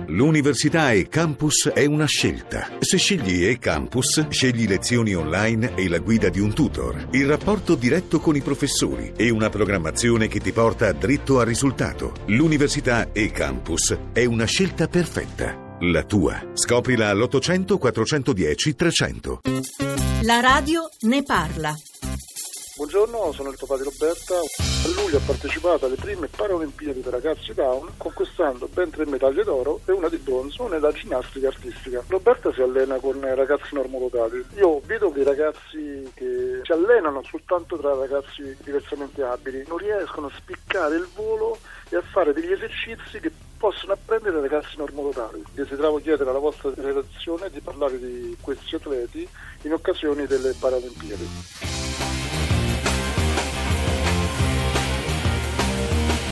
L'università e-Campus è una scelta. Se scegli e-Campus, scegli lezioni online e la guida di un tutor, il rapporto diretto con i professori e una programmazione che ti porta dritto al risultato. L'università e-Campus è una scelta perfetta. La tua. Scoprila all'800 410 300. La radio ne parla. Buongiorno, sono il papà di Roberta. A luglio ha partecipato alle prime Paralimpiadi per ragazzi Down, conquistando ben 3 medaglie d'oro e una di bronzo nella ginnastica artistica. Roberta si allena con ragazzi normodotati. Io vedo che i ragazzi che si allenano soltanto tra ragazzi diversamente abili non riescono a spiccare il volo e a fare degli esercizi che possono apprendere ragazzi normodotati. Desideravo chiedere alla vostra redazione di parlare di questi atleti in occasione delle Paralimpiadi.